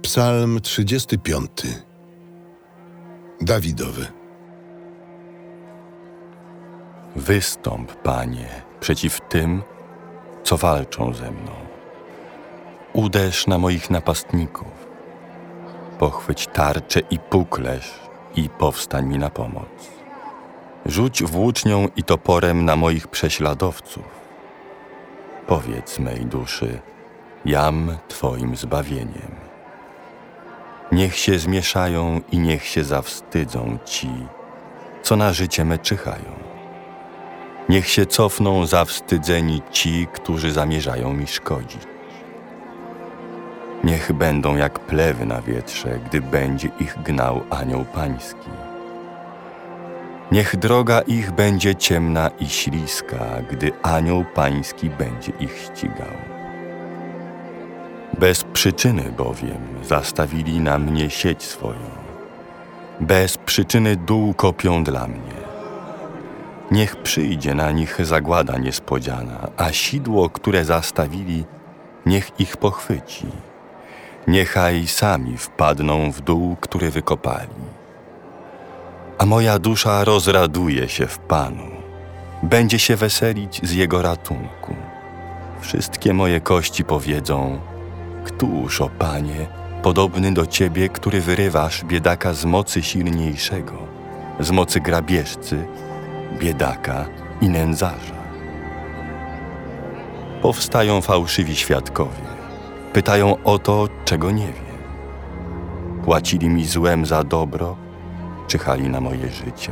Psalm 35. Dawidowy. Wystąp, Panie, przeciw tym, co walczą ze mną. Uderz na moich napastników. Pochwyć tarczę i puklerz i powstań mi na pomoc. Rzuć włócznią i toporem na moich prześladowców. Powiedz mej duszy, jam Twoim zbawieniem. Niech się zmieszają i niech się zawstydzą ci, co na życie me czyhają. Niech się cofną zawstydzeni ci, którzy zamierzają mi szkodzić. Niech będą jak plewy na wietrze, gdy będzie ich gnał anioł pański. Niech droga ich będzie ciemna i śliska, gdy anioł pański będzie ich ścigał. Bez przyczyny bowiem zastawili na mnie sieć swoją. Bez przyczyny dół kopią dla mnie. Niech przyjdzie na nich zagłada niespodziana, a sidło, które zastawili, niech ich pochwyci. Niechaj sami wpadną w dół, który wykopali. A moja dusza rozraduje się w Panu. Będzie się weselić z Jego ratunku. Wszystkie moje kości powiedzą: Któż, o Panie, podobny do Ciebie, który wyrywasz biedaka z mocy silniejszego, z mocy grabieżcy, biedaka i nędzarza? Powstają fałszywi świadkowie, pytają o to, czego nie wiem. Płacili mi złem za dobro, czyhali na moje życie.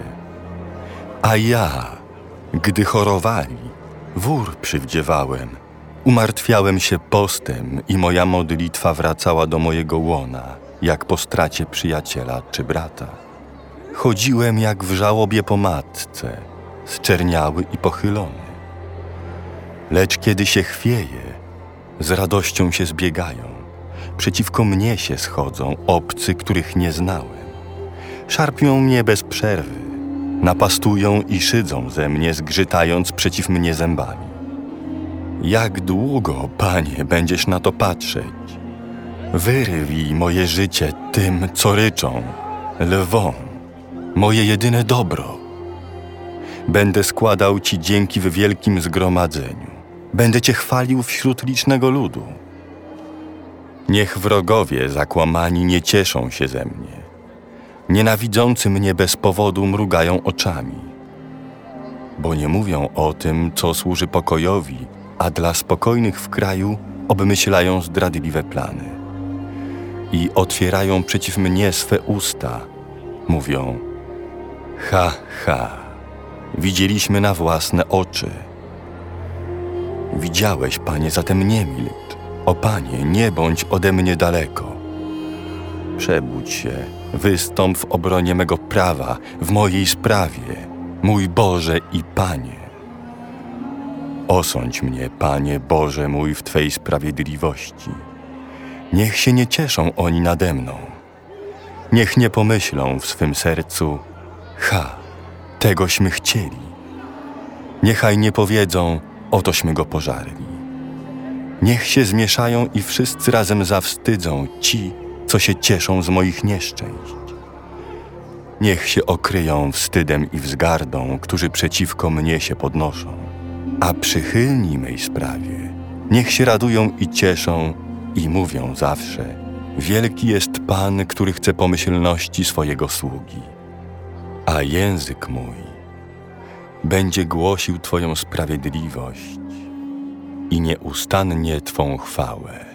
A ja, gdy chorowali, wór przywdziewałem, umartwiałem się postem i moja modlitwa wracała do mojego łona, jak po stracie przyjaciela czy brata. Chodziłem jak w żałobie po matce, zczerniały i pochylony. Lecz kiedy się chwieje, z radością się zbiegają, przeciwko mnie się schodzą obcy, których nie znałem. Szarpią mnie bez przerwy, napastują i szydzą ze mnie, zgrzytając przeciw mnie zębami. Jak długo, Panie, będziesz na to patrzeć? Wyrwij moje życie tym, co ryczą, lwom, moje jedyne dobro. Będę składał Ci dzięki w wielkim zgromadzeniu. Będę Cię chwalił wśród licznego ludu. Niech wrogowie zakłamani nie cieszą się ze mnie. Nienawidzący mnie bez powodu mrugają oczami. Bo nie mówią o tym, co służy pokojowi, a dla spokojnych w kraju obmyślają zdradliwe plany. I otwierają przeciw mnie swe usta. Mówią: ha, ha, widzieliśmy na własne oczy. Widziałeś, Panie, zatem nie milcz. O Panie, nie bądź ode mnie daleko. Przebudź się, wystąp w obronie mego prawa, w mojej sprawie, mój Boże i Panie. Osądź mnie, Panie Boże mój, w Twej sprawiedliwości. Niech się nie cieszą oni nade mną. Niech nie pomyślą w swym sercu: ha, tegośmy chcieli. Niechaj nie powiedzą: otośmy go pożarli. Niech się zmieszają i wszyscy razem zawstydzą ci, co się cieszą z moich nieszczęść. Niech się okryją wstydem i wzgardą, którzy przeciwko mnie się podnoszą. A przychylni mej sprawie niech się radują i cieszą i mówią zawsze: wielki jest Pan, który chce pomyślności swojego sługi. A język mój będzie głosił Twoją sprawiedliwość i nieustannie Twą chwałę.